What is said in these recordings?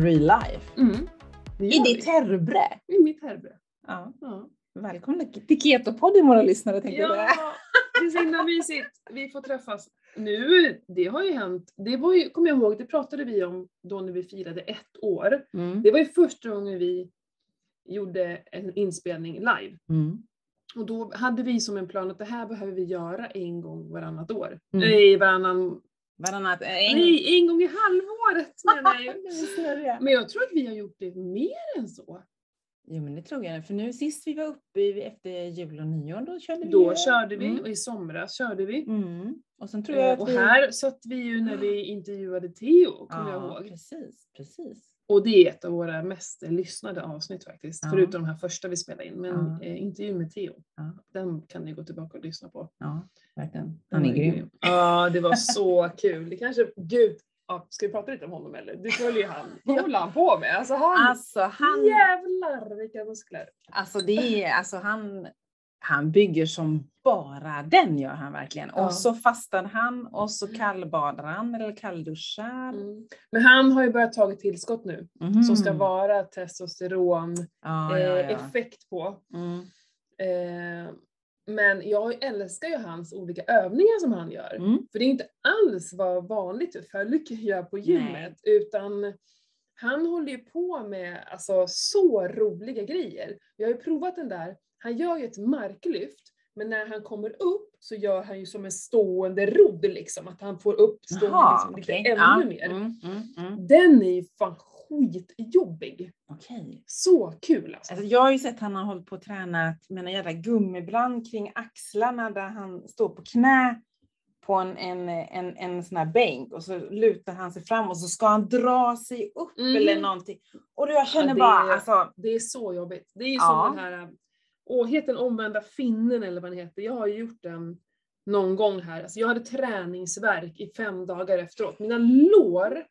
real life. I ditt Herbre. I mitt Herbre. Ja. Välkommen till Keto-podden, våra lyssnare. Tänkte jag. Det är så himla mysigt. Vi får träffas nu. Det har ju hänt. Det var ju, kommer jag ihåg, det pratade vi om då när vi firade 1 år. Det var ju första gången vi gjorde en inspelning live. Och då hade vi som en plan att det här behöver vi göra en gång varannat år. Nej, en gång i halvåret. Men jag tror att vi har gjort det mer än så. Jo, men det tror jag. För nu sist vi var uppe efter jul och nyår, då körde vi. Och i somras körde vi. Och sen tror jag att här satt vi ju när vi intervjuade Theo, kommer jag ihåg. Precis. Och det är ett av våra mest lyssnade avsnitt faktiskt. Förutom de här första vi spelade in. Men intervjun med Theo. Den kan ni gå tillbaka och lyssna på. Ja, verkligen. Han är grym. Ja, det var så kul. Det kanske, gud. Ja, ska vi prata lite om honom eller? Du följer ju han. Vad håller han på med? Alltså han jävlar vilka muskler. Han bygger som bara den, gör han verkligen. Och så fastar han och så kallbadar han eller kallduschar. Men han har ju börjat ta ett tillskott nu. Som ska vara testosteron effekt på. Men jag älskar ju hans olika övningar som han gör. För det är inte alls vad vanligt folk gör på gymmet. Utan han håller ju på med så roliga grejer. Jag har ju provat den där. Han gör ju ett marklyft. Men när han kommer upp så gör han ju som en stående rodd liksom. Att han får upp stående lite ännu mer. Den är ju fan skitjobbig. Okej. Så kul alltså. Jag har ju sett han har hållit på att träna med en jävla gummiband kring axlarna där han står på knä på en sån här bänk och så lutar han sig fram och så ska han dra sig upp eller någonting. Och jag känner det är så jobbigt. Det är ju som den här heter den omvända finnen eller vad den heter. Jag har ju gjort den någon gång här. Alltså jag hade träningsvärk i 5 dagar efteråt. Mina lår.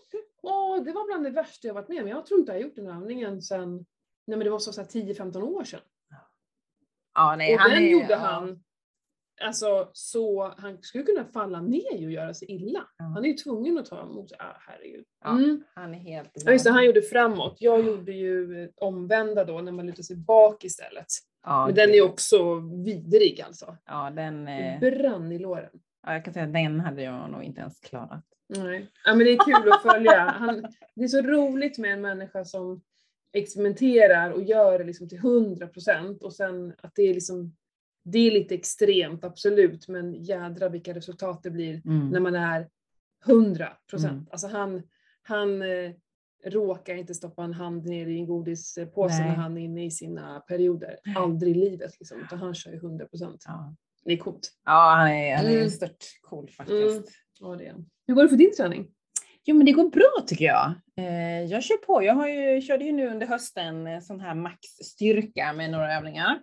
Det var bland det värsta jag varit med. Men jag tror inte jag har gjort den övningen sen. Nej, men det var så 10-15 år sedan. Ja, nej, och den gjorde han. Alltså så han skulle kunna falla ner och göra sig illa. Han är ju tvungen att ta emot. Herregud. Han är helt. Ja, just det, han gjorde framåt. Jag gjorde ju omvända då när man lutar sig bak istället. Men den är också vidrig alltså. Ja, den brann i låren. Ja, jag kan säga att den hade jag nog inte ens klarat. Nej. Ja, men det är kul att följa. Det är så roligt med en människa som experimenterar och gör det liksom till 100%. Och sen att det är liksom, det är lite extremt, absolut. Men jädra vilka resultat det blir när man är 100%. Alltså han råkar inte stoppa en hand ner i en godispåse när han är inne i sina perioder. Aldrig i livet liksom. Utan han kör ju 100%. Ja. Det är coolt. Ja, han är stört cool faktiskt. Ja, det är. Hur går det för din träning? Jo, men det går bra tycker jag. Jag kör på. Jag körde ju nu under hösten sån här maxstyrka med några övningar.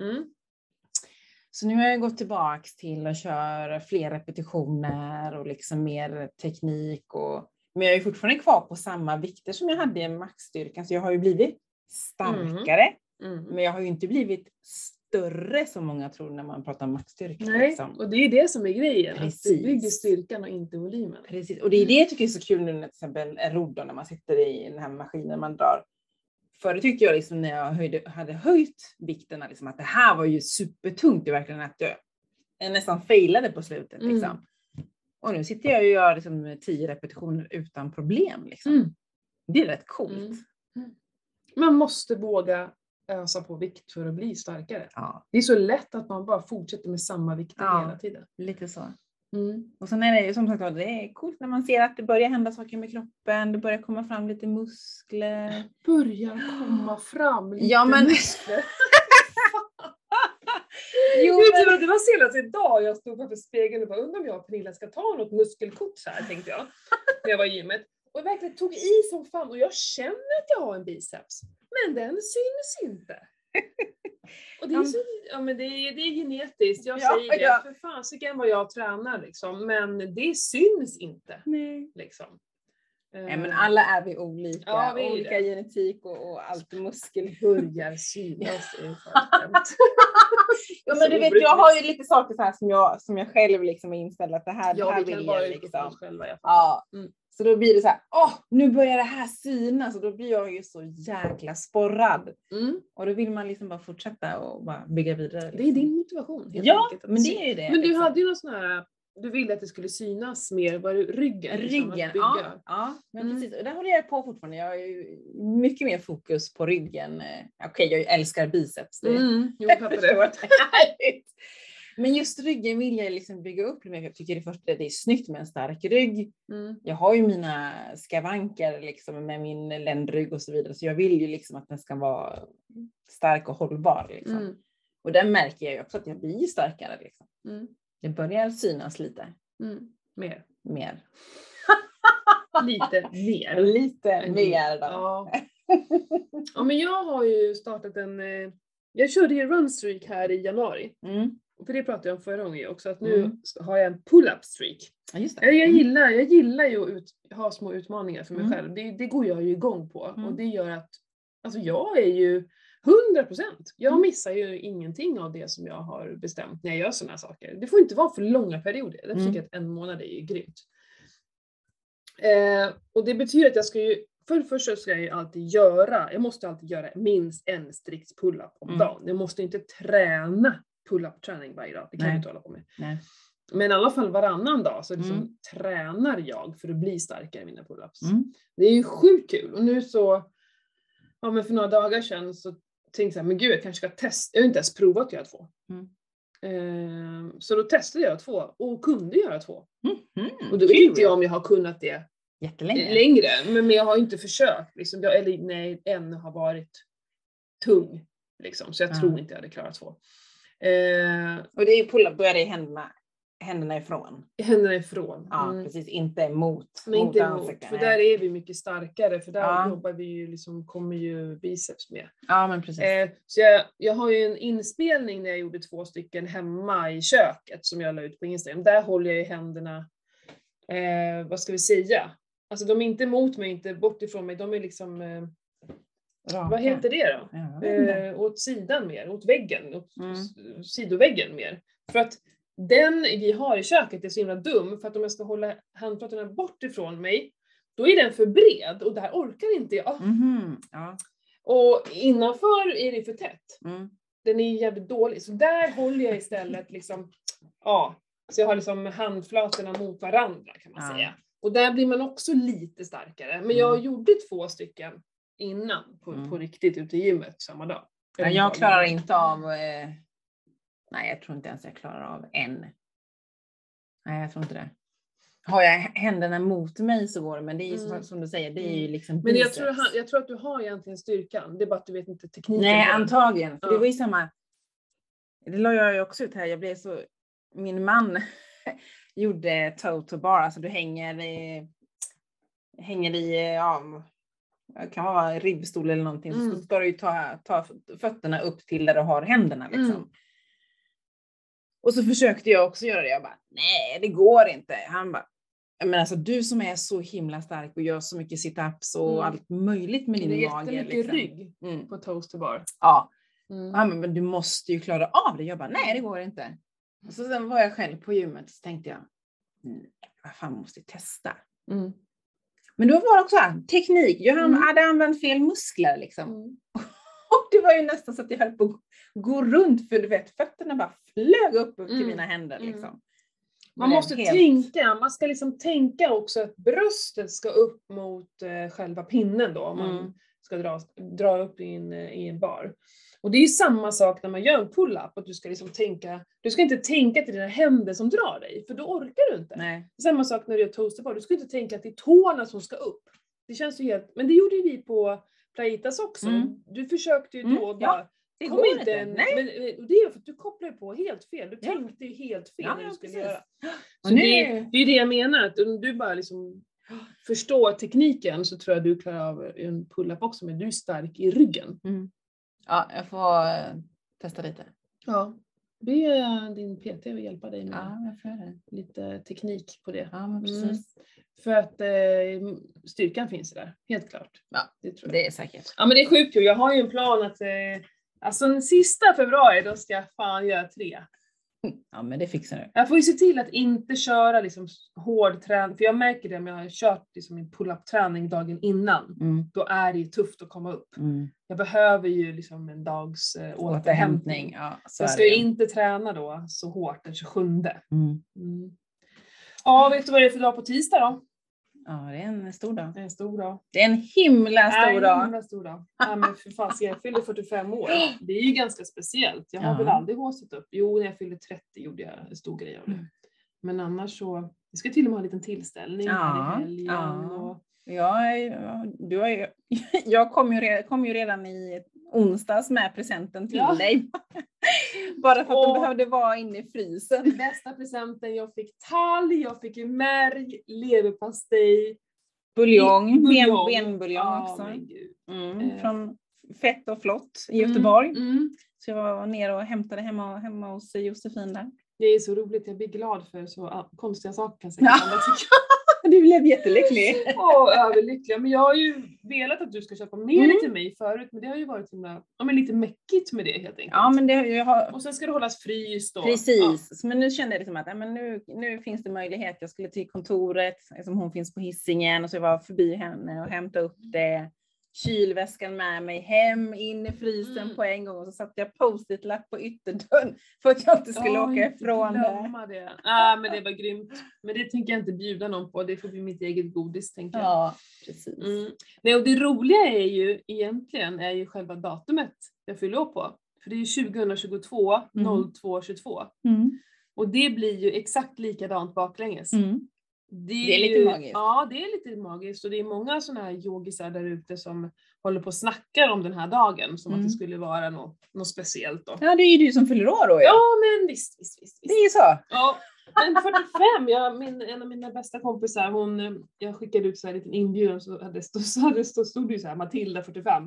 Så nu har jag gått tillbaks till att köra fler repetitioner och liksom mer teknik. Men jag är fortfarande kvar på samma vikter som jag hade i maxstyrkan. Så jag har ju blivit starkare. Men jag har ju inte blivit större som många tror när man pratar om maxstyrka. Nej, liksom. Och det är det som är grejen. Precis. Att det bygger styrkan och inte volymen. Precis, och det är det jag tycker är så kul nu när till exempel rodd när man sitter i den här maskinen man drar. Förut tyckte jag liksom när jag hade höjt vikterna liksom, att det här var ju supertungt. Det är verkligen att jag nästan failade på slutet. Liksom. Och nu sitter jag och gör liksom 10 repetitioner utan problem. Liksom. Det är rätt coolt. Man måste våga ösa på vikt för att bli starkare. Ja. Det är så lätt att man bara fortsätter med samma vikter hela tiden. Lite så. Och sen är det ju som sagt det är coolt när man ser att det börjar hända saker med kroppen. Det börjar komma fram lite muskler. Börjar komma fram lite muskler. Det var senast idag jag stod framför spegeln och bara undrar om jag och Pernilla ska ta något muskelkort så här, tänkte jag. När jag var i gymmet. Och jag verkligen tog i som fan och jag känner att jag har en biceps. Men den syns inte. Och det är så, men det är genetiskt. Jag säger det. För fan så kan vad jag tränar liksom. Men det syns inte. Nej. Liksom. Nej, men alla är vi olika. Ja, vi är olika det. genetik och allt muskel. Börjar synas. Ja, men du vet, jag har ju lite saker så här som jag själv liksom är inställd att det här vi vill kan jag bara liksom. själva. Ja. Så då blir det så här, nu börjar det här synas och då blir jag ju så jäkla sporrad. Och då vill man liksom bara fortsätta och bara bygga vidare. Liksom. Det är din motivation. Ja, men det är ju det. Men du liksom. hade ju någon sån här, du ville att det skulle synas mer, var det ryggen? Ryggen, ja, men precis. Och där håller jag på fortfarande. Jag har ju mycket mer fokus på ryggen. Okej, jag älskar biceps. Jag fattar det. Men just ryggen vill jag liksom bygga upp. Jag tycker det första det är snyggt med en stark rygg. Jag har ju mina skavanker liksom med min ländrygg och så vidare. Så jag vill ju liksom att den ska vara stark och hållbar. Liksom. Och där märker jag ju också att jag blir starkare. Liksom. Det börjar synas lite. Mer. Lite mer då. Ja. Ja, men jag har ju startat jag körde ju runstreak här i januari. För det pratade jag om förra gången också, att nu har jag en pull-up streak. Ja, just det. Jag gillar ju att ha små utmaningar för mig själv. Det går jag ju igång på. Och det gör att alltså jag är ju 100%. Jag missar ju ingenting av det som jag har bestämt när jag gör sådana här saker. Det får inte vara för långa perioder. Jag tycker att 1 månad är ju grymt. Och det betyder att jag ska ju, för det första ska jag måste alltid göra minst en strikt pull-up om dagen. Jag måste inte träna pull-up träning varje dag. Det kan jag inte hålla på med. Nej. Men i alla fall varannan dag så liksom tränar jag för att bli starkare i mina pull-ups. Det är ju sjukt kul. Och nu så, men för några dagar sedan så tänkte jag, men gud jag kanske ska testa. Jag har inte ens provat att göra 2. Så då testade jag 2 och kunde göra 2. Och då vet inte jag om jag har kunnat det längre. Men jag har inte försökt. Liksom. En har varit tung. Liksom, så jag tror inte jag hade klarat 2. Och det är pull-up, då är det händerna ifrån. Händerna ifrån. Ja, precis. Inte mot. Men inte emot. För där är vi mycket starkare. För där jobbar vi ju liksom, kommer ju biceps med. Ja, men precis. Så jag har ju en inspelning när jag gjorde 2 stycken hemma i köket som jag la ut på Instagram. Där håller jag i händerna, vad ska vi säga? Alltså de är inte mot mig, inte bort ifrån mig. De är liksom, vad heter det då? Åt sidan mer, åt väggen, åt sidoväggen mer. För att den vi har i köket är så himla dum, för att om jag ska hålla handflatorna bort ifrån mig, då är den för bred och där orkar inte jag. Och innanför är det för tätt. Den är jävligt dålig, så där håller jag istället liksom, så jag har liksom handflatorna mot varandra kan man säga. Och där blir man också lite starkare. Men jag gjorde 2 stycken innan på riktigt ute i gymmet samma dag. Jag klarar inte av... Nej, jag tror inte ens jag klarar av en. Nej, jag tror inte det. Har jag händerna mot mig så går det. Men det är ju som du säger, det är ju liksom men jag tror att du har egentligen styrkan. Det är bara att du vet inte tekniken. Nej, antagligen. För det var ju samma... Det la jag ju också ut här. Jag blev så... Min man gjorde toe to bar. Alltså du hänger i kan vara ribbstol eller någonting. Så ska du ju ta fötterna upp till där du har händerna liksom. Och så försökte jag också göra det. Jag bara, nej det går inte. Han bara, men alltså du som är så himla stark och gör så mycket sit-ups och allt möjligt med din mage. Det är jättemycket rygg på toast to bar. Ja. Han bara, men du måste ju klara av det. Jag bara, nej det går inte. Och så sen var jag själv på gymmet och så tänkte jag, vad fan måste jag testa. Men då var det också teknik. Jag hade använt fel muskler liksom. Och det var ju nästan så att jag höll på att gå runt. För du vet, fötterna bara flög upp till mina händer liksom. Man måste tänka. Man ska liksom tänka också att bröstet ska upp mot själva pinnen då. Om man ska dra upp i en bar. Och det är ju samma sak när man gör en pull-up. Att du ska liksom tänka. Du ska inte tänka till dina händer som drar dig. För då orkar du inte. Nej. Samma sak när du gör toast to bar. Du ska inte tänka att det är tårna som ska upp. Det känns ju helt... Men det gjorde ju vi på Playitas också. Du förskökte ju då bara... Det kom inte. Men det är för att du kopplar på helt fel. Du tänkte ju helt fel när du skulle göra. Så det är ju det jag menar. Att om du bara liksom förstår tekniken så tror jag du klarar av en pull-up också. Men du är stark i ryggen. Ja, jag får testa lite. Ja. Be din PT att hjälpa dig med jag får det. lite teknik på det. Ja, men precis. För att styrkan finns där, helt klart. Ja, det tror jag. Det är säkert. Ja, men det är sjukt ju. Jag har ju en plan att alltså den sista februari då ska jag fan göra 3. Ja, men det fixar du. Jag får ju se till att inte köra liksom hård träning. För jag märker det om jag har kört liksom min pull-up-träning dagen innan. Då är det ju tufft att komma upp. Jag behöver ju liksom en dags återhämtning. Ja, jag ska ju inte träna då så hårt den 27. Ja, vet du vad det är för dag på tisdag då? Ja, det är en stor dag. Det är en stor dag. Det är en himla stor dag. En himla stor dag. Ja, men för fast jag fyller 45 år. Det är ju ganska speciellt. Jag har väl aldrig håsat upp. Jo, när jag fyllde 30 gjorde jag en stor grej av det. Men annars så, jag ska till och med ha en liten tillställning här i helgen. Och... Jag kom ju redan i onsdags med presenten till dig. Bara för att de behövde vara inne i frysen. Den bästa presenten, jag fick talg, jag fick märg, leverpastej. Buljong. Benbuljong också. Från Fett och Flott i Göteborg. Så jag var nere och hämtade hemma hos Josefin där. Det är så roligt, jag blir glad för så konstiga saker kan säga. Du blev jättelycklig. Överlycklig. Men jag har ju velat att du ska köpa mer till mig förut. Men det har ju varit lite mäckigt med det helt enkelt. Ja, men och sen ska det hållas fryst då. Precis. Ja. Men nu kände jag liksom att nu finns det möjlighet. Jag skulle till kontoret. Som hon finns på Hisingen. Och så var jag förbi henne och hämtade upp det. Kylväskan med mig hem, in i frysen på en gång. Och så satte jag post-it-lapp på ytterdörren. För att jag inte skulle åka ifrån det. Men det var grymt. Men det tänker jag inte bjuda någon på. Det får bli mitt eget godis, tänker jag. Ja, precis. Nej, och det roliga är ju själva datumet jag fyller på. För det är ju 2022, 0222. Och det blir ju exakt likadant baklänges. Det är lite magiskt. Ja, det är lite magiskt. Och det är många sådana här yogisar där ute som håller på och snackar om den här dagen. Som att det skulle vara något speciellt då. Ja, det är ju du som fyller år då. Ja, men visst. Det är ju så. Ja, men 45, en av mina bästa kompisar, jag skickade ut så här en liten inbjudan så stod det ju så här, Matilda 45.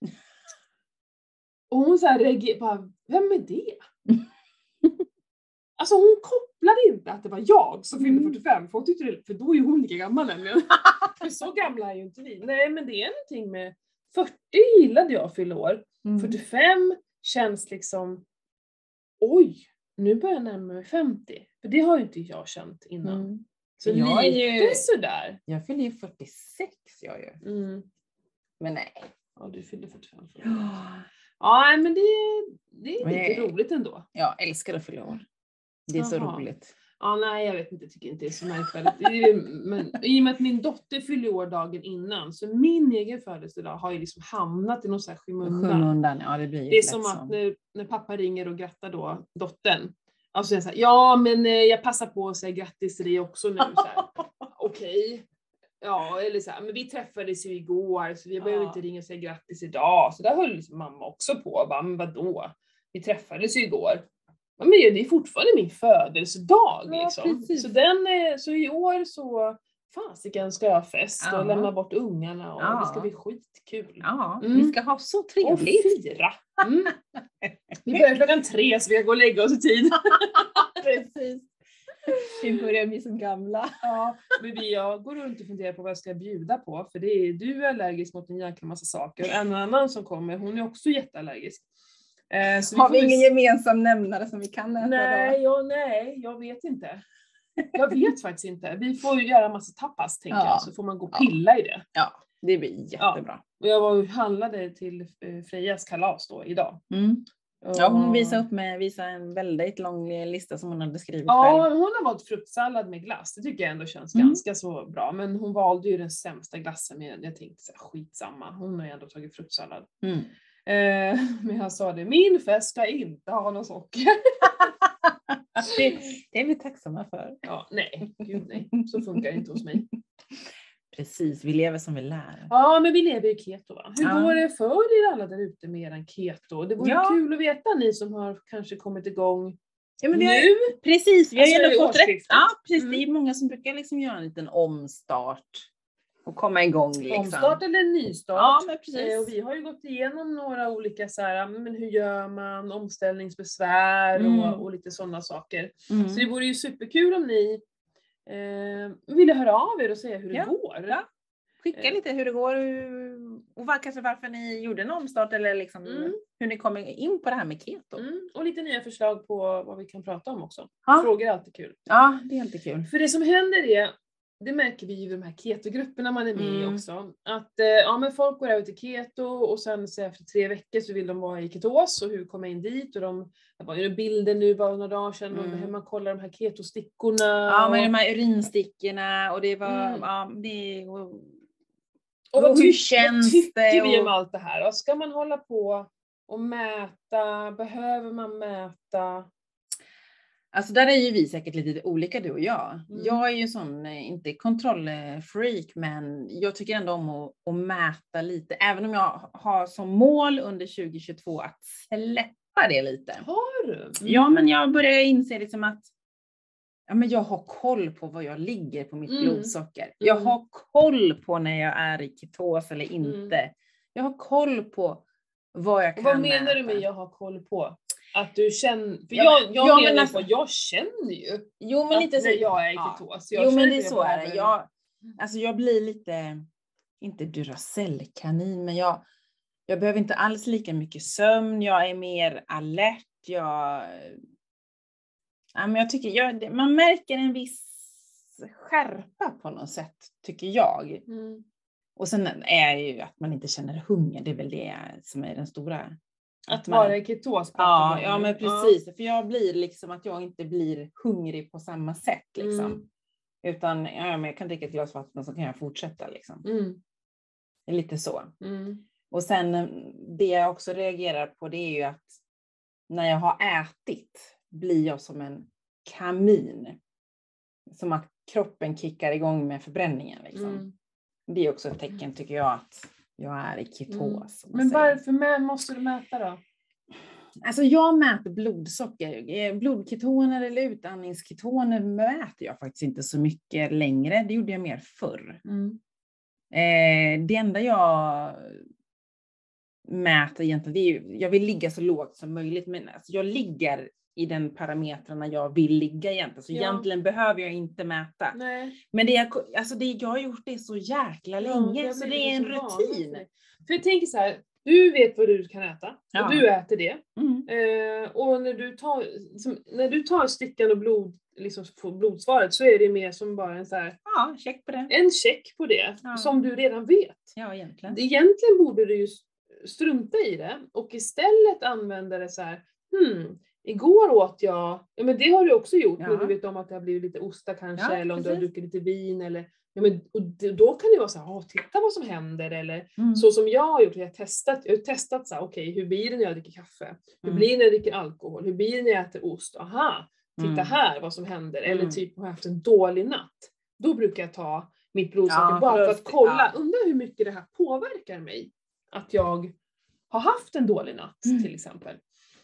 Och hon så här reagerade, bara, vem är det? Alltså hon kopplade inte att det var jag som fyllde 45. För hon tyckte det, för då är hon lika gammal nämligen. För så gamla är ju inte vi. Nej, men det är någonting med 40 gillade jag fylla år. 45 känns liksom, oj, nu börjar jag närma mig 50. För det har ju inte jag känt innan. Så jag lite sådär. Jag fyller ju 46 jag ju. Men nej. Ja, du fyllde 45. Ja, men det är lite roligt ändå. Jag älskar att fylla år. Det är så roligt. Ja, nej, jag vet inte, jag tycker inte det är så märkvärdigt. Men i och med att min dotter fyller år dagen innan, så min egen födelsedag har ju liksom hamnat i någon sån här skymundan. Ja, det blir ju det är som att när pappa ringer och grattar då dottern. Alltså jag säger ja, men jag passar på att säga grattis till dig också nu. Okej. Ja, eller så här, men vi träffades ju igår så vi behöver inte ringa och säga grattis idag. Så där höll liksom mamma också på. Bara, men vadå? Vi träffades ju igår. Ja, men det är fortfarande min födelsedag liksom. Så i år så fasiken ska jag ha fest och lämna bort ungarna och det ska bli skitkul. Ja, vi ska ha så trevligt. Och fira. Vi börjar 3:00 så vi kan gå och lägga oss i tid. Precis. Vi börjar bli så gamla. Ja, men jag går runt och funderar på vad jag ska bjuda på. För du är allergisk mot en jäkla massa saker. En annan som kommer, hon är också jätteallergisk. Så har vi ingen gemensam nämnare som vi kan äta? Nej, jag vet inte. Jag vet faktiskt inte. Vi får ju göra en massa tapas, tänker jag. Så får man gå och pilla i det. Ja, det blir jättebra. Ja. Och jag var och handlade till Frejas kalas då idag. Ja, hon visade en väldigt lång lista som hon hade skrivit själv. Ja, hon har valt fruktsallad med glass. Det tycker jag ändå känns ganska så bra. Men hon valde ju den sämsta glassen med. Jag tänkte så här, skitsamma. Hon har ju ändå tagit fruktsallad. Men jag sa det, min fest ska inte ha någon socker. Det är vi tacksamma för. Ja, nej. Så funkar det inte hos mig. Precis, vi lever som vi lär. Ja, men vi lever i keto, va? Hur går det för er alla där ute med en keto? Det vore kul att veta, ni som har kanske kommit igång nu. Precis, vi har ju ändå fått rätt. Ja, precis. Det är många som brukar liksom göra en liten omstart. Och komma igång liksom. Omstart eller nystart. Ja, men precis. Och vi har ju gått igenom några olika så här, men hur gör man, omställningsbesvär och lite sådana saker. Så det vore ju superkul om ni ville höra av er och säga hur det går. Ja. Skicka lite hur det går och kanske varför ni gjorde en omstart eller liksom hur ni kommer in på det här med keto. Och lite nya förslag på vad vi kan prata om också. Ja. Frågor är alltid kul. Ja, det är alltid kul. För det som händer är, det märker vi i de här ketogrupperna man är med i också, att men folk går över till keto och sen så efter 3 veckor så vill de vara i ketos och hur kommer jag in dit och jag var ju bilder nu bara några dagar sedan och hur man kollar de här ketostickorna. Ja, men de här urinstickorna och det var, och vad tycker vi det? om allt det här? Och ska man hålla på och mäta? Behöver man mäta? Alltså där är ju vi säkert lite olika du och jag. Jag är ju sån, inte kontrollfreak, men jag tycker ändå om att mäta lite. Även om jag har som mål under 2022 att släppa det lite. Har du? Ja, men jag börjar inse liksom att men jag har koll på vad jag ligger på mitt blodsocker. Jag har koll på när jag är i ketos eller inte. Jag har koll på vad jag kan mäta. Vad menar du med jag har koll på? Att du känner, för jag menar på, jag känner ju men lite att så, när jag är i ketos. Men det är så är det. Jag blir lite, inte Duracell-kanin, men jag behöver inte alls lika mycket sömn. Jag är mer alert. Men jag tycker, man märker en viss skärpa på något sätt, tycker jag. Och sen är det ju att man inte känner hunger. Det är väl det som är den stora. Att vara i ketos. Ja, men precis. För jag blir liksom att jag inte blir hungrig på samma sätt liksom. Utan men jag kan dricka ett glas vatten så kan jag fortsätta liksom. Det är lite så. Och sen det jag också reagerar på, det är ju att när jag har ätit blir jag som en kamin. Som att kroppen kickar igång med förbränningen liksom. Det är också ett tecken tycker jag att jag är i ketos. Men varför måste du mäta då? Alltså jag mäter blodsocker. Blodketoner eller utandningsketoner mäter jag faktiskt inte så mycket längre. Det gjorde jag mer förr. Det enda jag mäter egentligen, det är ju, jag vill ligga så lågt som möjligt. Men alltså jag ligger i den parametrarna jag vill ligga egentligen. Så egentligen behöver jag inte mäta. Nej. Men jag har gjort det så jäkla länge. Så det är en rutin. För jag tänker så här, du vet vad du kan äta. Och du äter det. Och när du tar stickan och blod, liksom får blodsvaret, så är det mer som bara en så här. Ja, check på det. En check på det. Som du redan vet. Ja, egentligen. Egentligen borde du ju strunta i det. Och istället använda det så här. Igår åt jag, men det har du också gjort när du vet om att det har blivit lite osta kanske, eller om du har druckit lite vin eller, och då kan det vara så här, titta vad som händer, eller så som jag har gjort, jag har testat så här, okej, hur blir det när jag dricker kaffe? Hur blir det när jag dricker alkohol? Hur blir det när jag äter ost? Aha, titta här vad som händer, eller typ har jag haft en dålig natt. Då brukar jag ta mitt blodsocker bara för att kolla, undrar hur mycket det här påverkar mig. Att jag har haft en dålig natt till exempel.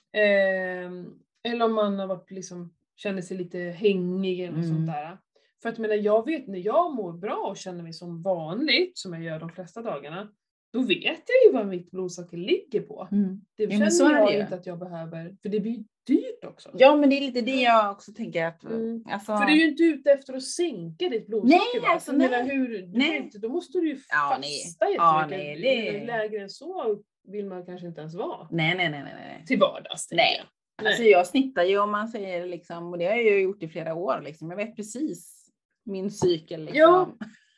Eller om man har varit liksom, känner sig lite hängig eller sånt där. För att jag vet när jag mår bra och känner mig som vanligt, som jag gör de flesta dagarna, då vet jag ju vad mitt blodsocker ligger på. Det känner jag inte att jag behöver, för det blir dyrt också. Ja, men det är lite det jag också tänker att för du är ju inte ute efter att sänka ditt blodsocker. Nej, alltså, då måste du ju fasta jättemycket. Lägre än så vill man kanske inte ens vara. Nej. Till vardags. Nej. Alltså jag snittar ju, om man säger liksom, och det har jag ju gjort i flera år liksom. Jag vet precis min cykel liksom. Ja.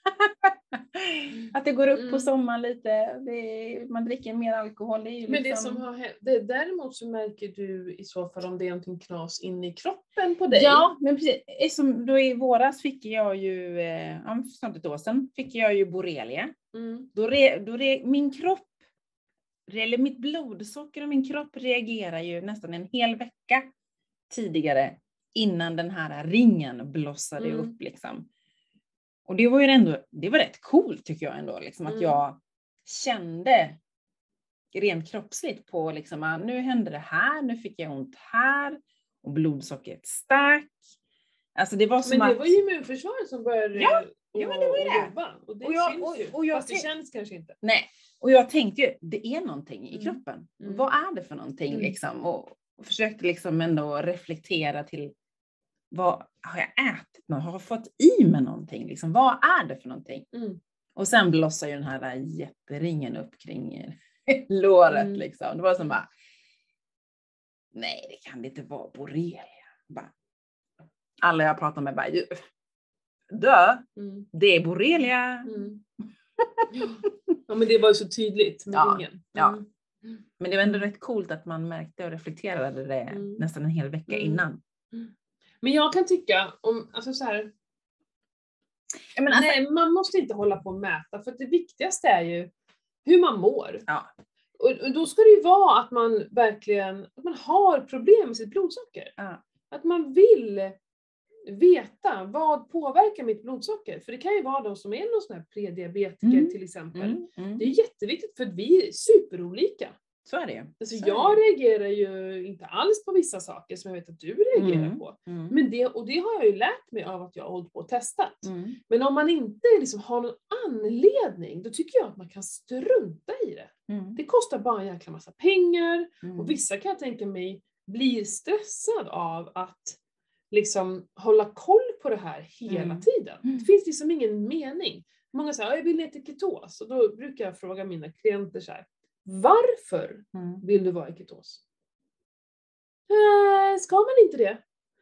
Att det går upp på sommaren lite. Man dricker mer alkohol. Det är ju men liksom... det som har hänt, däremot så märker du i så fall om det är någonting knas in i kroppen på dig. Ja, men precis. Som då i våras fick jag ju, snart ett år sedan, fick jag ju borrelia. Då min kropp, eller mitt blodsocker och min kropp reagerar ju nästan en hel vecka tidigare innan den här ringen blossade upp liksom. Och det var ju ändå, det var rätt coolt tycker jag ändå liksom, att jag kände rent kroppsligt på liksom, nu hände det här, nu fick jag ont här och blodsockret stack. Alltså det var som men det var ju immunförsvaret som började och, ja, men det var ju och det. jobba. Och det syns ju. Och fast det känns kanske inte. Nej, och jag tänkte ju, det är någonting i kroppen. Vad är det för någonting liksom? Och försökte liksom ändå reflektera till, vad har jag ätit? Har jag fått i mig någonting? Liksom, vad är det för någonting? Och sen blossar ju den här jätteringen upp kring låret liksom. Det var som bara, nej, det kan det inte vara, borrelia. Bara, alla jag pratar med bara, dö, det är borrelia. Ja, men det var ju så tydligt med ringen. Ja. Men det var ändå rätt coolt att man märkte och reflekterade det nästan en hel vecka innan. Men jag kan tycka om, alltså så här, nej, man måste inte hålla på och mäta, för det viktigaste är ju hur man mår. Ja. Och då ska det ju vara att man verkligen, att man har problem med sitt blodsocker. Ja. Att man vill veta vad påverkar mitt blodsocker. För det kan ju vara de som är någon sån här prediabetiker till exempel. Det är jätteviktigt, för att vi är superolika. Så är det. Alltså jag reagerar ju inte alls på vissa saker som jag vet att du reagerar på. Men det har jag ju lärt mig av att jag har hållit på och testat. Men om man inte liksom har någon anledning, då tycker jag att man kan strunta i det. Det kostar bara en jäkla massa pengar. Och vissa kan jag tänka mig blir stressad av att liksom hålla koll på det här hela tiden. Det finns liksom ingen mening. Många säger, jag vill ner till ketos. Och då brukar jag fråga mina klienter så här, varför vill du vara i ketos? Ska man inte det?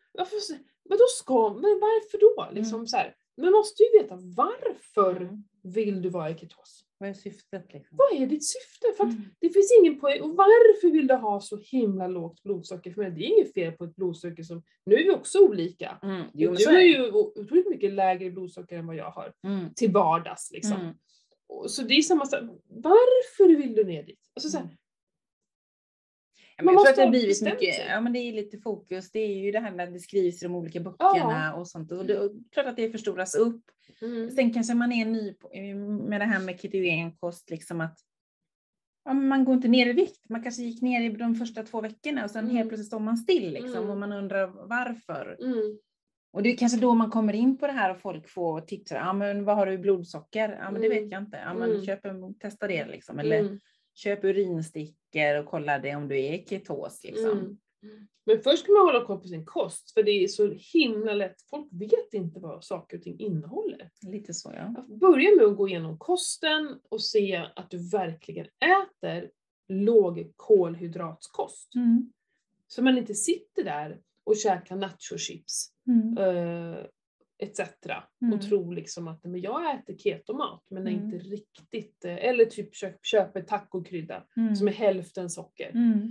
Varför då? Liksom så här. Man måste ju veta, varför vill du vara i ketos? Vad är syftet liksom? Vad är ditt syfte? För att det finns ingen poäng. Och varför vill du ha så himla lågt blodsocker? För det är inget fel på ett blodsocker som... Nu är vi också olika. Du har ju otroligt mycket lägre blodsocker än vad jag har. Till vardags liksom. Så det är samma sak. Varför vill du ner dit? Alltså så här, jag tror att det har blivit mycket, men det är lite fokus. Det är ju det här när det skrivs i de olika böckerna och sånt. Och det är klart att det förstoras upp. Sen kanske man är ny med det här med ketogenkost, liksom att man går inte ner i vikt. Man kanske gick ner i de första 2 veckorna och sen helt plötsligt står man still liksom, och man undrar varför. Och det är kanske då man kommer in på det här och folk får titta, men vad har du i blodsocker? Ja, men det vet jag inte. Ja, men testa det liksom. Eller köp urinstickor och kolla det om du är ketos liksom. Men först ska man hålla koll på sin kost, för det är så himla lätt. Folk vet inte vad saker och ting innehåller. Lite så, ja. Börja med att gå igenom kosten och se att du verkligen äter låg kolhydratskost. Så man inte sitter där och käkar nachochips etc. Och tror liksom att men jag äter ketomat, men är inte riktigt, eller typ köper tacokrydda som är hälften socker.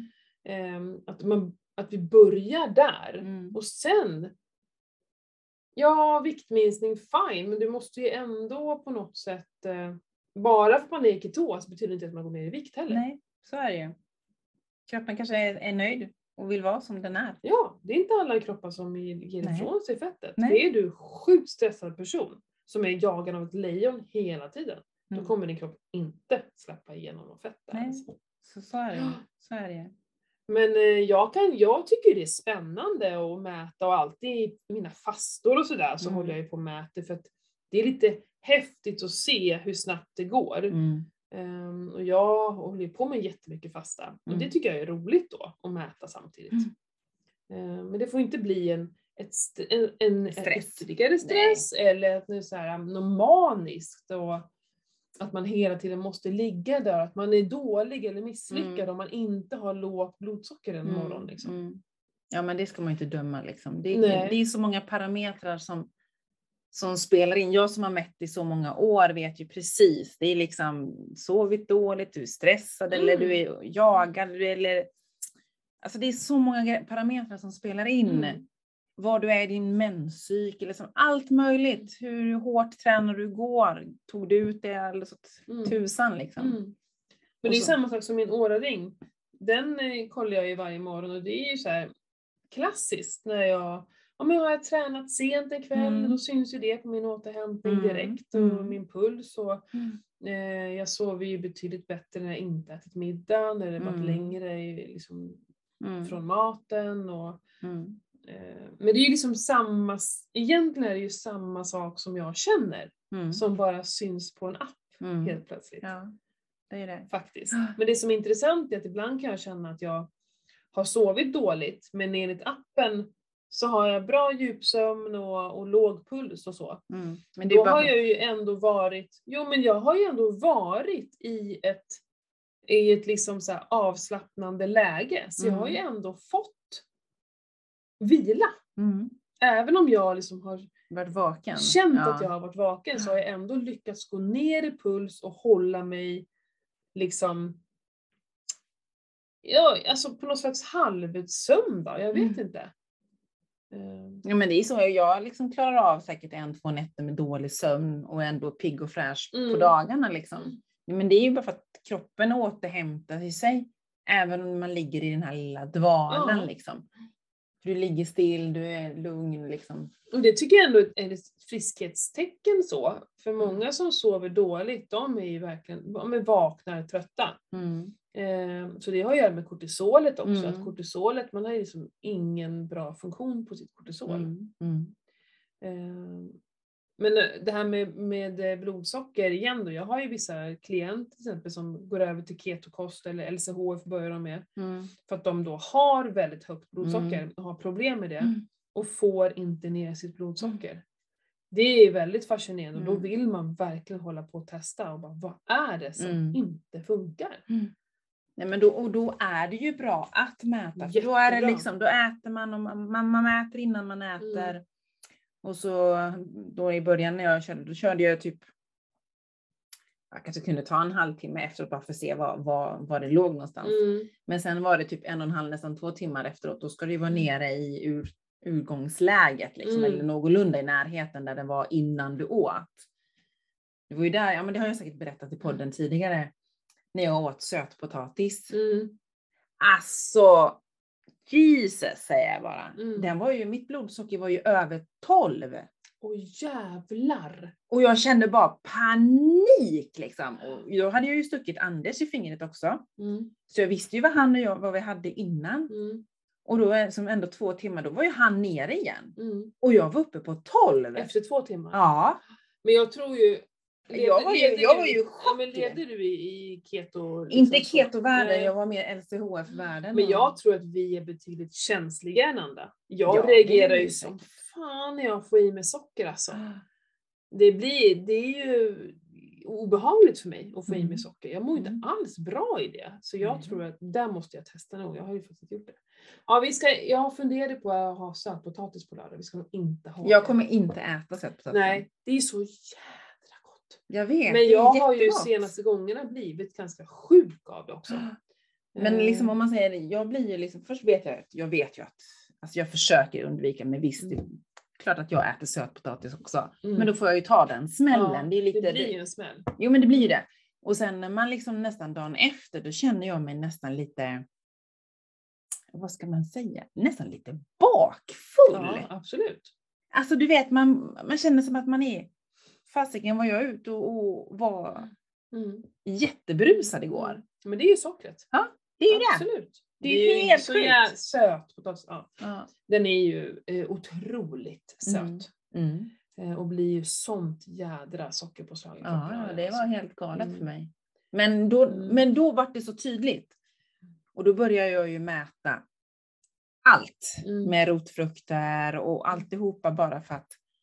Att vi börjar där. Och sen, viktminskning, fine, men du måste ju ändå på något sätt, bara för att man är i ketos betyder inte att man går ner i vikt heller. Nej, så är det ju. Kroppen kanske är nöjd och vill vara som den är. Ja, det är inte alla kroppar som ger ifrån sig fettet. Nej. Det är du sjukt stressad person som är jagad av ett lejon hela tiden. Då kommer din kropp inte släppa igenom något fett där. Nej, så är det. Så är det. Men jag tycker det är spännande att mäta, och alltid i mina fastor och sådär så håller jag ju på att mäta, för att det är lite häftigt att se hur snabbt det går. Och jag håller på med jättemycket fasta. Och det tycker jag är roligt då, att mäta samtidigt. Men det får inte bli en ytterligare stress. Nej. Eller att det är så här maniskt, och att man hela tiden måste ligga där. Att man är dålig eller misslyckad om man inte har lågt blodsocker en morgon. Liksom. Ja, men det ska man inte döma. Liksom. Det är så många parametrar som spelar in. Jag som har mätt i så många år vet ju precis. Det är liksom sovit dåligt, du är stressad eller du är jagad. Alltså det är så många parametrar som spelar in. Var du är i din menscykel. Liksom allt möjligt. Hur hårt tränar du igår? Tog du ut det eller så tusan liksom. Men det är samma sak som min Oura-ring. Den kollar jag ju varje morgon, och det är ju så här klassiskt när jag har tränat sent en kväll, då syns ju det på min återhämtning direkt och min puls. Och jag sover ju betydligt bättre när jag inte ätit middag, när det varit längre liksom, från maten. Och, men det är ju liksom egentligen är det ju samma sak som jag känner som bara syns på en app helt plötsligt. Ja, det är det. Faktiskt. Men det som är intressant är att ibland kan jag känna att jag har sovit dåligt, men enligt appen så har jag bra djupsömn och låg puls och så. Men då har jag ju ändå varit, jag har ju ändå varit i ett liksom så här avslappnande läge. Så jag har ju ändå fått vila. Även om jag liksom har varit vaken. Känt att jag har varit vaken, så har jag ändå lyckats gå ner i puls och hålla mig liksom, alltså på något slags halvsömn då, jag vet inte. Ja, men det är så, jag liksom klarar av säkert 1-2 nätter med dålig sömn och ändå pigg och fräsch på dagarna liksom. Men det är ju bara för att kroppen återhämtar sig även om man ligger i den här lilla dvalen liksom. Du ligger still, du är lugn liksom. Och det tycker jag ändå är ett friskhetstecken så. För många som sover dåligt, de är ju verkligen, de är vakna och trötta. Så det har att göra med kortisolet också. Att kortisolet, man har ju liksom ingen bra funktion på sitt kortisol. Men det här med blodsocker igen då. Jag har ju vissa klienter till exempel som går över till ketokost eller LCHF börjar de med. För att de då har väldigt högt blodsocker och har problem med det. Och får inte ner sitt blodsocker. Det är väldigt fascinerande. Och då vill man verkligen hålla på och testa. Och bara, vad är det som inte funkar? Nej, men då är det ju bra att mäta. För då är det liksom, då äter man och man mäter innan man äter. Och så då i början när jag körde, då körde jag typ, jag kanske kunde ta en halvtimme efteråt bara för att se var det låg någonstans. Men sen var det typ 1,5, nästan 2 timmar efteråt. Då ska det ju vara nere i urgångsläget liksom, eller någorlunda i närheten där det var innan du åt. Det var ju där, ja men det har jag säkert berättat i podden tidigare, när jag åt sötpotatis. Alltså, Jesus säger jag bara. Den var ju, mitt blodsocker var ju över 12. Åh jävlar. Och jag kände bara panik liksom. Och då hade jag ju stuckit Anders i fingret också. Så jag visste ju vad han och jag, vad vi hade innan. Och då som ändå 2 timmar, då var ju han nere igen. Och jag var uppe på 12. Efter 2 timmar? Ja. Men jag tror ju, jag var ju chockad. Men levde du i keto? Liksom, inte ketovärlden, jag var mer LCHF-världen. Men jag tror att vi är betydligt känsligare än andra. Jag reagerar ju som fan när jag får i mig socker alltså. Det är ju obehagligt för mig att få i mig socker. Jag mår inte alls bra i det. Så jag tror att där måste jag testa nog. Jag har ju faktiskt gjort det. Ja, jag har funderat på att ha sötpotatis på lördag. Vi ska nog inte ha Jag kommer inte äta sötpotatis. Nej, det är så jädra gott. Jag vet. Men jag har ju senaste gångerna blivit ganska sjuk av det också. Men liksom om man säger det, jag blir ju liksom, först vet jag vet ju att alltså jag försöker undvika med visst. Klart att jag äter sötpotatis också. Men då får jag ju ta den smällen. Ja, det blir ju en smäll. Jo, men det blir ju det. Och sen när man liksom nästan dagen efter, då känner jag mig nästan lite, vad ska man säga? Nästan lite bakfull. Ja, absolut. Alltså du vet, man känner som att man är, fasiken var jag ute och var jättebrusad igår. Men det är ju sockret. Ja, det är ju det. Absolut. Det är helt så sjukt. Söt potatis. Ja. Den är ju otroligt söt. Och blir ju sånt jädra sockerpåslag. Ja, det var helt galet för mig. Men då var det så tydligt. Och då började jag ju mäta allt med rotfrukter och alltihopa bara för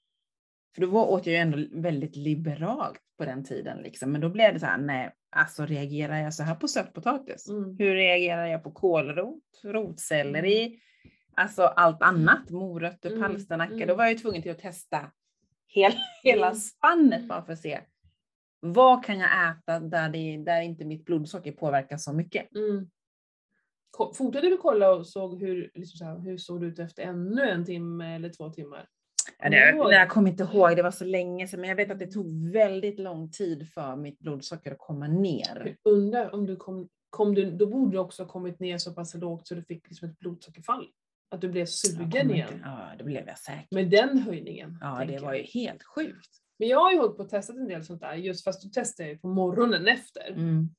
då åt jag ju ändå väldigt liberalt på den tiden liksom. Men då blev det så här, nej, alltså reagerar jag så här på sötpotatis? Hur reagerar jag på kålrot, rotselleri, alltså allt annat, morötter, palsternacka? Då var jag ju tvungen till att testa hela spannet bara för att se vad kan jag äta där inte mitt blodsocker påverkas så mycket. Fortsatte du kolla och såg hur såg det ut efter ännu 1 timme eller 2 timmar? Jag kommer inte ihåg, det var så länge sedan, men jag vet att det tog väldigt lång tid för mitt blodsocker att komma ner. Jag undrar om då borde du också ha kommit ner så pass lågt så du fick liksom ett blodsockerfall. Att du blev sugen igen. Ja, det blev jag säkert. Med den höjningen. Ja, det var ju helt sjukt. Men jag har ju hållit på att testa en del sånt där, just fast då testar jag ju på morgonen efter.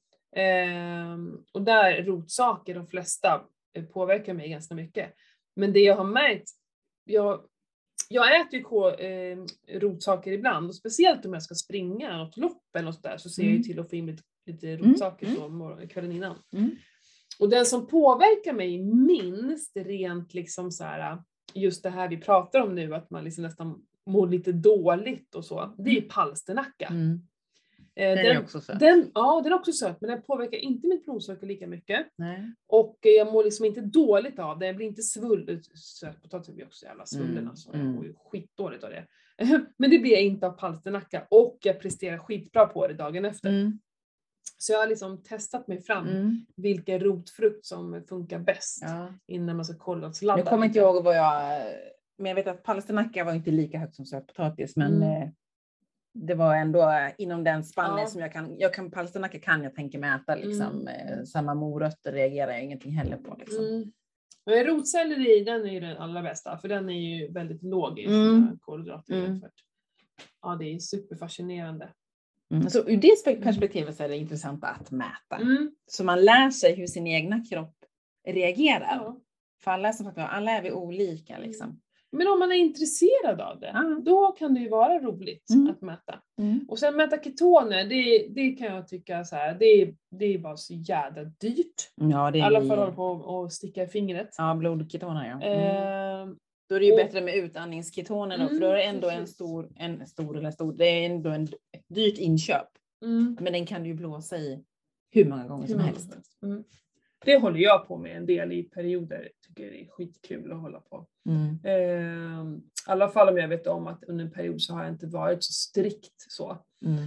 Och där rotsaker, de flesta påverkar mig ganska mycket. Men det jag har märkt, Jag äter ju rotsaker ibland, och speciellt om jag ska springa något lopp eller något där, så ser jag ju till att få in lite rotsaker så kvällen innan. Och den som påverkar mig minst rent liksom så här, just det här vi pratar om nu, att man liksom nästan mår lite dåligt och så, det är palsternacka. Den är också söt. Den är också söt, men den påverkar inte mitt blodsocker lika mycket. Nej. Och jag mår liksom inte dåligt av det. Jag blir inte svullen. Sötpotatis blir också jävla svullen. Alltså. Jag mår ju skitdåligt av det. Men det blir jag inte av palsternacka. Och jag presterar skitbra på det dagen efter. Så jag har liksom testat mig fram vilken rotfrukt som funkar bäst innan man ska kolla och sladda. Jag kommer inte ihåg men jag vet att palsternacka var inte lika högt som sötpotatis, men det var ändå inom den spannen som jag kan palsternacka kan jag tänka mig äta liksom. Samma morötter reagerar jag ingenting heller på liksom. Men rotselleri, den är ju den allra bästa, för den är ju väldigt låg i sina kolhydrater jämfört. Ja, det är superfascinerande. Så ur det perspektivet så är det intressant att mäta. Så man lär sig hur sin egna kropp reagerar. För alla är vi olika liksom. Men om man är intresserad av det, då kan det ju vara roligt att mäta. Och sen mäta ketoner, det kan jag tycka så här, det är bara så jävla dyrt. Ja, det är i alla fall hålla på att sticka i fingret. Ja, blodketoner, ja. Då är det ju bättre med utandningsketoner då, för då är det ändå det är ändå ett dyrt inköp. Men den kan du ju blåsa i hur många gånger som helst. Det håller jag på med en del i perioder. Tycker det är skitkul att hålla på. I alla fall om jag vet om att under en period så har jag inte varit så strikt så.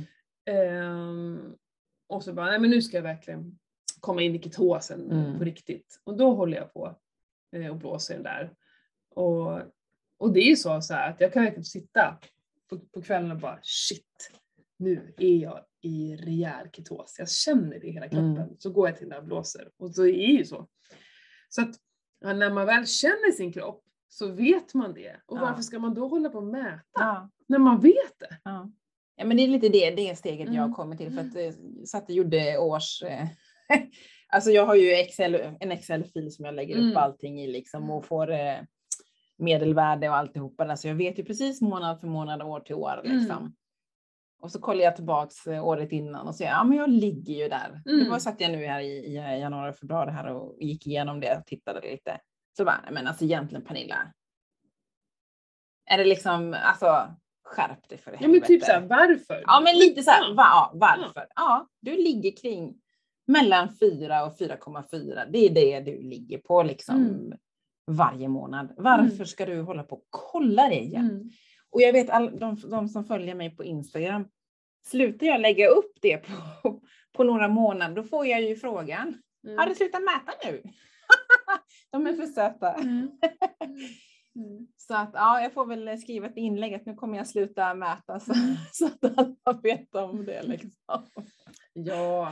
Och så bara, nej men nu ska jag verkligen komma in i ketosen på riktigt. Och då håller jag på och blåser den där. Och det är ju så här att jag kan verkligen sitta på kvällen och bara shit, nu är jag i rejäl ketos. Jag känner det i hela kroppen. Så går jag till den där blåser. Och så är det ju så. Så att när man väl känner sin kropp så vet man det. Och varför ska man då hålla på och mäta? När man vet det. Ja, men det är lite det steget jag kommer till. För att så att jag gjorde alltså jag har ju en Excel-fil som jag lägger upp allting i liksom. Och får medelvärde och alltihopa. Så jag vet ju precis månad för månad, år till år liksom. Och så kollar jag tillbaks året innan och säger, men jag ligger ju där. Det var satt jag nu här i januari och februari här och gick igenom det och tittade lite. Så bara, men alltså egentligen Pernilla. Är det liksom, alltså skärp dig för det. Ja men typ såhär, varför? Ja men lite såhär, varför? Ja, du ligger kring mellan 4 och 4,4. Det är det du ligger på liksom varje månad. Varför ska du hålla på och kolla det igen? Och jag vet de som följer mig på Instagram, slutar jag lägga upp det på några månader, då får jag ju frågan, har du slutat mäta nu? De är för söta. Så att jag får väl skriva ett inlägg att nu kommer jag sluta mäta så att alla vet om det liksom. Ja.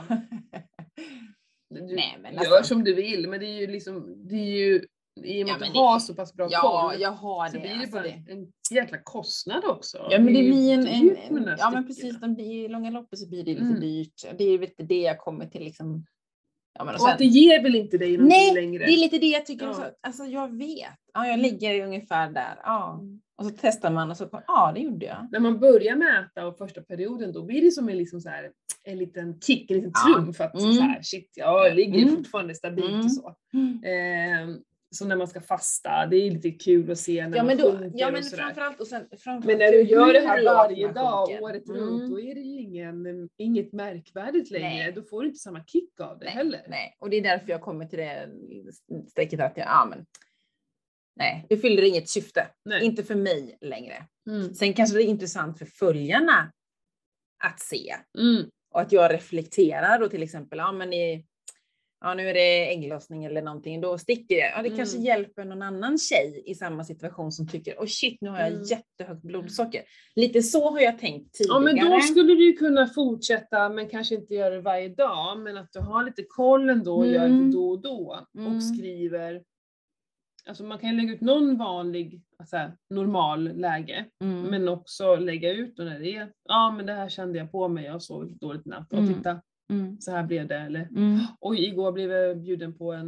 Nej, men gör som du vill, men det är ju liksom, i och med att du har så pass bra koll. Ja, jag har det. Så blir det bara en jäkla kostnad också. Ja, men det blir ja, men precis. I långa loppet så blir det lite dyrt. Det är ju det jag kommer till liksom. Ja, men och att det ger väl inte dig någonting längre? Nej, det är lite det jag tycker. Alltså jag vet. Ja, jag ligger ungefär där. Ja. Och så testar man och så det gjorde jag. När man börjar mäta och första perioden, då blir det som en liksom så här, en liten kick, en liten trumf. Att så här, shit, jag ligger fortfarande stabilt och så. Så när man ska fasta, det är lite kul att se när man sjunker men och sådär. Framförallt men när du gör det här varje dag, året runt, då är det ju inget märkvärdigt längre. Nej. Då får du inte samma kick av det heller. Nej, och det är därför jag kommer till det strecket att det fyller inget syfte. Nej. Inte för mig längre. Sen kanske det är intressant för följarna att se. Och att jag reflekterar då till exempel, nu är det ägglossning eller någonting, då sticker jag. Ja, det kanske hjälper någon annan tjej i samma situation som tycker, shit, nu har jag jättehögt blodsocker. Lite så har jag tänkt tidigare. Ja, men då skulle du kunna fortsätta, men kanske inte göra det varje dag, men att du har lite koll ändå och gör det då och då. Och skriver, alltså man kan lägga ut någon vanlig, alltså normal läge, men också lägga ut när det är, men det här kände jag på mig, jag sov dåligt natt och titta. Så här blev det, eller oj, igår blev jag bjuden på en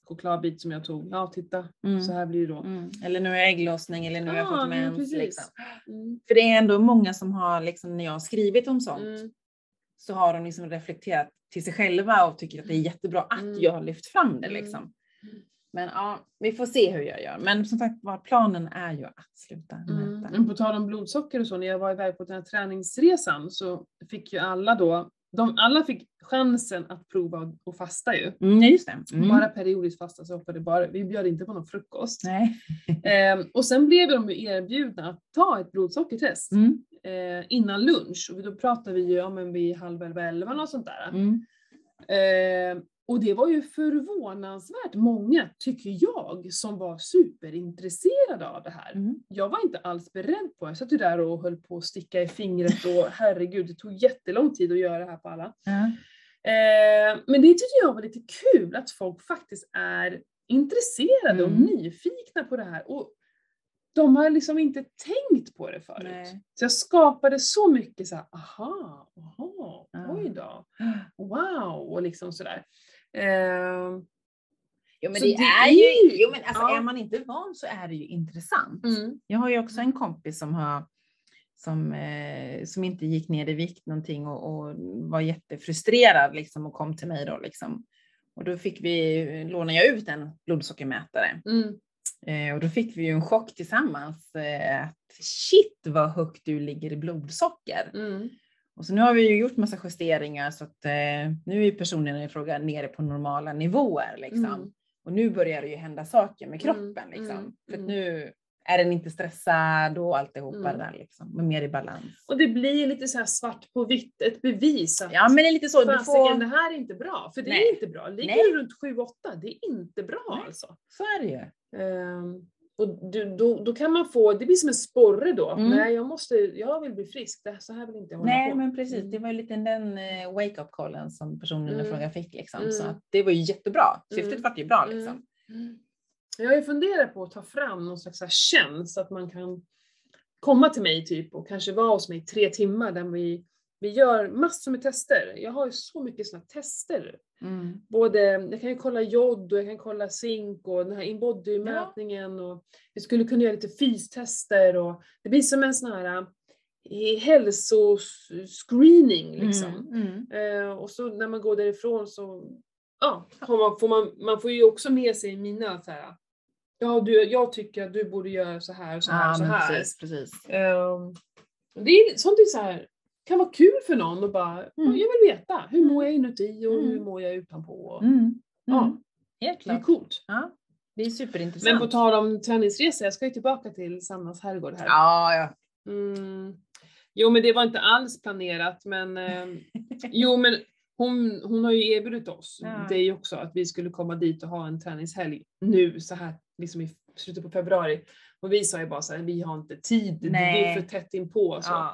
chokladbit som jag tog. Ja, titta. Så här blir det då. Eller nu är jag ägglossning eller nu har jag fått mens. Liksom. Mm. För det är ändå många som har, liksom, när jag har skrivit om sånt, så har de liksom reflekterat till sig själva och tycker att det är jättebra att jag har lyft fram det. Liksom. Men ja, vi får se hur jag gör. Men som sagt, planen är ju att sluta mäta. Men på tal om blodsocker och så, när jag var iväg på den här träningsresan så fick ju alla då, alla fick chansen att prova och fasta ju. Just det. Bara periodiskt fasta, så hoppade bara, vi bjöd inte på någon frukost. Nej. Och sen blev de ju erbjudna att ta ett blodsockertest innan lunch. Och då pratade vi ju om vid 10:30 och sånt där. Och det var ju förvånansvärt många, tycker jag, som var superintresserade av det här. Jag var inte alls beredd på det. Jag satt ju där och höll på att sticka i fingret och herregud, det tog jättelång tid att göra det här på alla. Men det tycker jag var lite kul, att folk faktiskt är intresserade och nyfikna på det här. Och de har liksom inte tänkt på det förut. Nej. Så jag skapade så mycket så här, aha, oj då, wow, och liksom sådär. Jo, men det är ju, men alltså, är man inte van så är det ju intressant. Jag har ju också en kompis som inte gick ner i vikt någonting och var jättefrustrerad liksom, och kom till mig då liksom. Och då lånade jag ut en blodsockermätare. Och då fick vi ju en chock tillsammans. Shit vad högt du ligger i blodsocker. Och så nu har vi ju gjort massa justeringar så att nu är personen i fråga nere på normala nivåer liksom. Och nu börjar det ju hända saker med kroppen liksom. För att nu är den inte stressad och alltihopa där liksom. Men mer i balans. Och det blir lite så här svart på vitt, ett bevis att men det är lite så, det här är inte bra. För det är inte bra. Ligger du runt 7-8, det är inte bra alltså. Så är det ju. Och då kan man få, det blir som en sporre då. Nej, jag vill bli frisk. Så här vill inte jag hålla på. Nej, men precis. Det var ju lite den wake-up callen som personen i fråga fick liksom. Så att det var ju jättebra. Syftet var ju bra liksom. Jag har ju funderat på att ta fram någon slags tjänst, att man kan komma till mig typ och kanske vara hos mig 3 timmar där vi gör massor med tester. Jag har ju så mycket sådana tester. Jag kan ju kolla jod och jag kan kolla zink och den här inbody-mätningen och vi skulle kunna göra lite fystester och det blir som en sån här hälsoscreening liksom. Och så när man går därifrån så man får ju också med sig mina så här. Jag tycker att du borde göra så här och så här och så här. Precis. Det är sånt är så här, kan vara kul för någon och bara, jag vill veta, hur mår jag inuti och hur mår jag utanpå. Helt klart. Det är coolt. Ja, det är superintressant. Men på tal om träningsresa, jag ska ju tillbaka till Sannas herrgård här. Ja. Jo, men det var inte alls planerat, men men hon har ju erbjudit oss det är ju också att vi skulle komma dit och ha en träningshelg nu så här liksom i slutet på februari. Och vi sa ju bara så här, vi har inte tid, det är för tätt inpå så.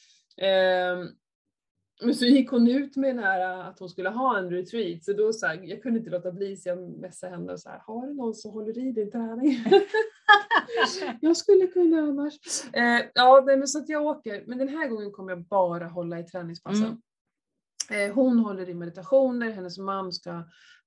Men så gick hon ut med den här att hon skulle ha en retreat, så då så här, jag kunde inte låta bli, så jag messade henne och så här, har du någon som håller i din träning? Jag skulle kunna annars. Men så att jag åker, men den här gången kommer jag bara hålla i träningspassen. Hon håller i meditationer, hennes man ska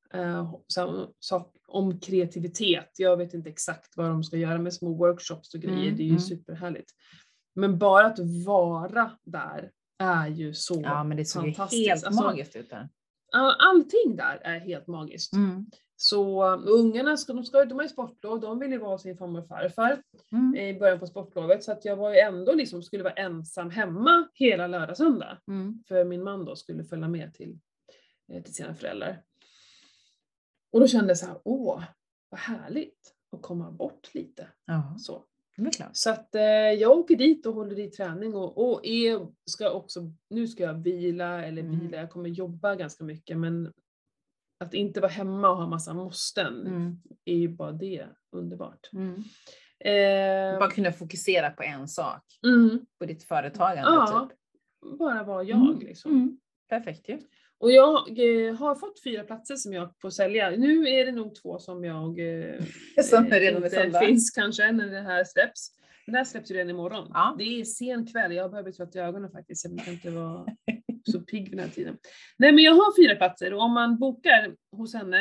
om kreativitet. Jag vet inte exakt vad de ska göra med små workshops och grejer, det är ju superhärligt. Men bara att vara där är ju så men det såg fantastiskt. Helt magiskt ut där. Allting där är helt magiskt. Så ungarna de har ju sportlov, de vill ju vara sin farmor och farfar i början på sportlovet, så att jag var ju ändå liksom skulle vara ensam hemma hela lördag söndag. För min man då skulle följa med till sina föräldrar. Och då kände jag så här, vad härligt att komma bort lite. Så. Så att jag åker dit och håller i träning och nu ska jag vila, jag kommer jobba ganska mycket, men att inte vara hemma och ha massa måsten är ju bara det underbart. Bara kunna fokusera på en sak. På ditt företagande typ. Bara vara jag liksom. Perfekt ju. Och jag har fått 4 platser som jag får sälja. Nu är det nog 2 som jag som redan inte finns kanske när det här släpps. Det här släpps ju redan imorgon. Det är sen kväll. Jag behöver tvätta ögonen faktiskt. Jag kan inte vara så pigg den här tiden. Nej, men jag har 4 platser. Och om man bokar hos henne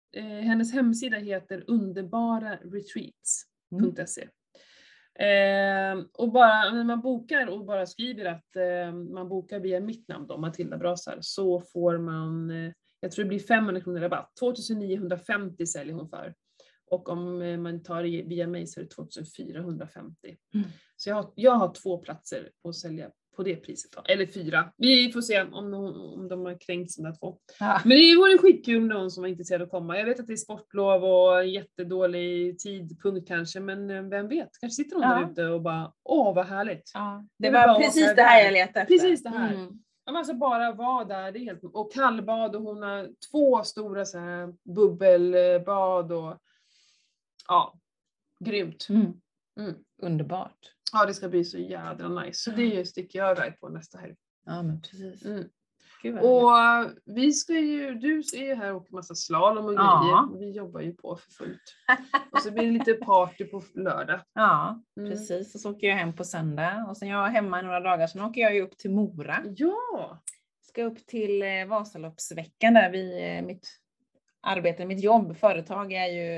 hennes hemsida heter underbararetreats.se. Och bara när man bokar och bara skriver att man bokar via mitt namn då, Matilda Brasar, så får man, jag tror det blir 500 kronor rabatt. 2950 säljer hon för. Och om man tar det via mig så är det 2450. Så jag har 2 platser att sälja på det priset då. Eller 4. Vi får se om de har kränkt sina 2. Ja. Men det vore skitkul med någon som var intresserad att komma. Jag vet att det är sportlov och jättedålig tidpunkt kanske. Men vem vet? Kanske sitter någon där ute och bara, vad härligt. Ja. Det var precis det här jag letade efter. Precis det här. Alltså bara vara där. Det är helt, och kallbad och hon har 2 stora så här bubbelbad och ja, grymt. Underbart. Ja, det ska bli så jädra nice. Så det sticker jag iväg på nästa helg. Ja, men precis. Och vi ska ju, du är ju här och åker massa slalom och grejer. Vi jobbar ju på för fullt. Och så blir det lite party på lördag. Ja, precis. Och så åker jag hem på söndag. Och sen jag är hemma några dagar, sen åker jag ju upp till Mora. Ja! Ska upp till Vasaloppsveckan där mitt jobb, företag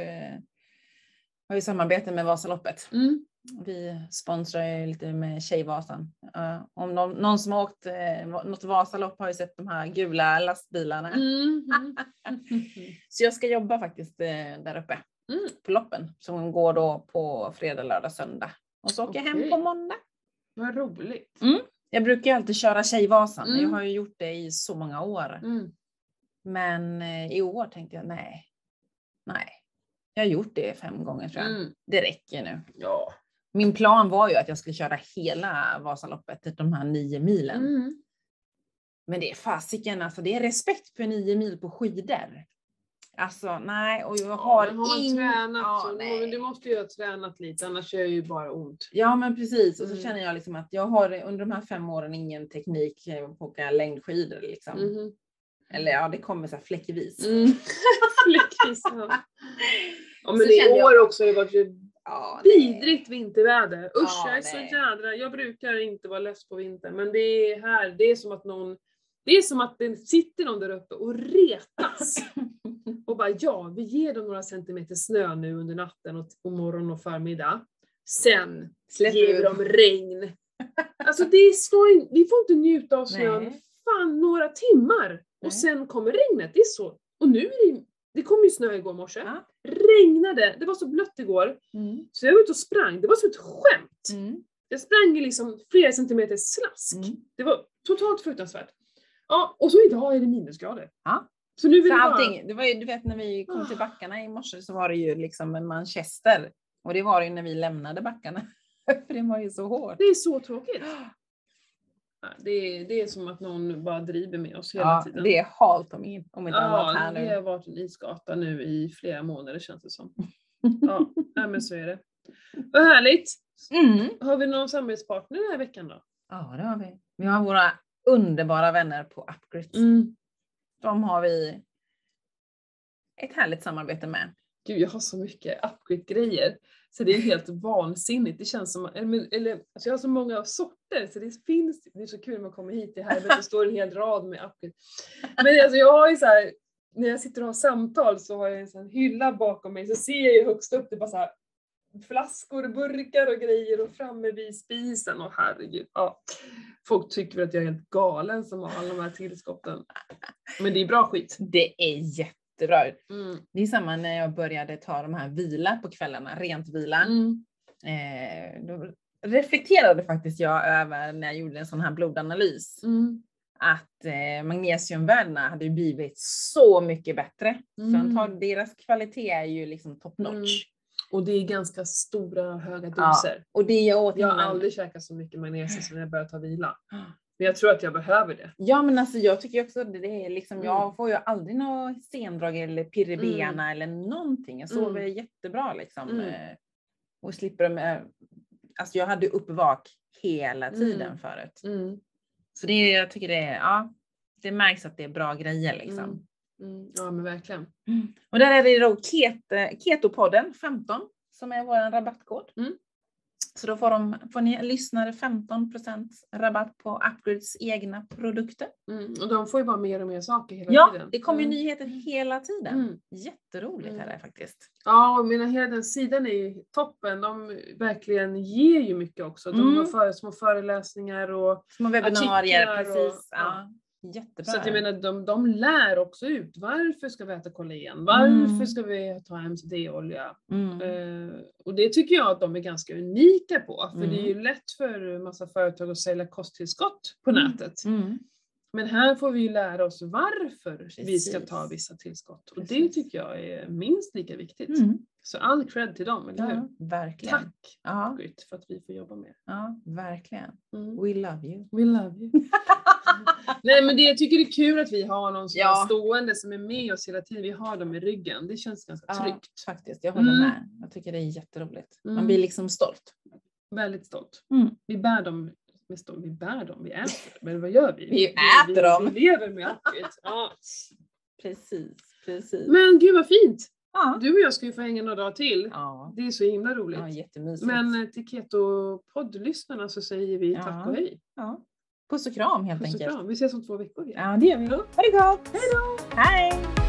har ju samarbete med Vasaloppet. Vi sponsrar ju lite med Tjejvasan. Om någon som har åkt något Vasalopp har ju sett de här gula lastbilarna. Så jag ska jobba faktiskt där uppe på loppen. Som går då på fredag, lördag, söndag. Och så åker jag hem på måndag. Vad roligt. Jag brukar ju alltid köra Tjejvasan. Jag har ju gjort det i så många år. Men i år tänkte jag nej. Jag har gjort det 5 gånger tror jag. Det räcker nu. Ja. Min plan var ju att jag skulle köra hela Vasaloppet, de här 9 milen. Men det är fasiken, alltså det är respekt för 9 mil på skidor. Alltså nej, och jag har tränat men du måste ju ha tränat lite, annars gör ju bara ont. Ja men precis, och så känner jag liksom att jag har under de här 5 åren ingen teknik på att åka längdskidor liksom. Eller det kommer så här fläckvis. Fläckvis, ja. Men i år också har det varit vidrigt vinterväder. Usch, jag är så jädra. Jag brukar inte vara less på vintern, men det är här. Det är som att det sitter någon där uppe och retas. Och bara, vi ger dem några centimeter snö nu under natten och morgon och förmiddag. Sen ger vi dem regn. Alltså vi får inte njuta av snön fan några timmar. Och sen kommer regnet. Det är så. Och nu är det kom ju snö igår morse. Regnade. Det var så blött igår. Så jag var ute och sprang. Det var som ett skämt. Jag sprang i liksom flera centimeter slask. Det var totalt fruktansvärt. Ja, och så idag är det minusgrader. Ja. Så nu vill det var ju, du vet när vi kom till backarna i morse så var det ju liksom en Manchester. Och det var det ju när vi lämnade backarna. För det var ju så hårt. Det är så tråkigt. Det är som att någon bara driver med oss hela tiden. Det är halt om inte annat här nu. Det har varit en isgata nu i flera månader känns det som. Men så är det. Vad härligt. Har vi någon samarbetspartner den här veckan då? Ja, det har vi. Vi har våra underbara vänner på Upgrid. De har vi ett härligt samarbete med. Gud, jag har så mycket Upgrid-grejer. Så det är helt vansinnigt. Det känns som, alltså jag har så många sorter. Så det är så kul när man kommer hit i helvete. Det står en hel rad med Upgrid. Men alltså jag har ju så här, när jag sitter och har samtal så har jag en sån hylla bakom mig. Så ser jag ju högst upp det bara så här flaskor och burkar och grejer och framme vid spisen. Och herregud, folk tycker väl att jag är helt galen som har alla de här tillskotten. Men det är bra skit. Det är jättebra. Det är samma när jag började ta de här vila på kvällarna, rent vila. Då reflekterade faktiskt jag över när jag gjorde en sån här blodanalys. Att magnesiumvärdena hade ju blivit så mycket bättre. Så deras kvalitet är ju liksom top notch. Och det är ganska stora höga doser. Och det jag har aldrig käkat så mycket magnesium som när jag började ta vila. Men jag tror att jag behöver det. Ja, men alltså jag tycker också det är liksom, jag får ju aldrig något sendrag eller pirrbena eller någonting. Jag sover jättebra liksom. Och slipper med, alltså jag hade uppvak hela tiden förut. Så jag tycker det märks att det är bra grejer liksom. Ja, men verkligen. Och där är det då Ketopodden 15 som är vår rabattkod. Så då får ni lyssnare 15% rabatt på Upgrades egna produkter. Och de får ju bara mer och mer saker hela tiden. Ja, det kommer ju nyheter hela tiden. Jätteroligt är det faktiskt. Ja, och hela den sidan är ju toppen. De verkligen ger ju mycket också. De har små föreläsningar och små webbinarier, precis. Ja. Jättebra. Så att jag menar, de lär också ut. Varför ska vi äta kollagen? Varför ska vi ta MCT-olja? Och det tycker jag att de är ganska unika på. För det är ju lätt för en massa företag att sälja kosttillskott på nätet. Men här får vi ju lära oss varför vi ska ta vissa tillskott. Och det tycker jag är minst lika viktigt. Så all cred till dem, eller hur? Ja, verkligen. Tack för att vi får jobba med. Ja, verkligen. We love you. We love you. Nej, men jag tycker det är kul att vi har någon som är stående som är med oss hela tiden. Vi har dem i ryggen. Det känns ganska tryggt. Faktiskt, jag håller med. Jag tycker det är jätteroligt. Man blir liksom stolt. Väldigt stolt. Vi bär dem. Vi bär dem, vi äter. Men vad gör vi? Vi äter dem. Vi lever med Upgrades. Ja. Precis. Men gud vad fint. Ja. Du och jag ska ju få hänga några dagar till. Ja. Det är så himla roligt. Ja, jättemysigt. Men till Keto-poddlyssnarna så säger vi tack och hej. Ja. Puss och kram helt enkelt. Vi ses om 2 veckor igen. Ja, det gör vi. Ha det gott. Hej då. Hej.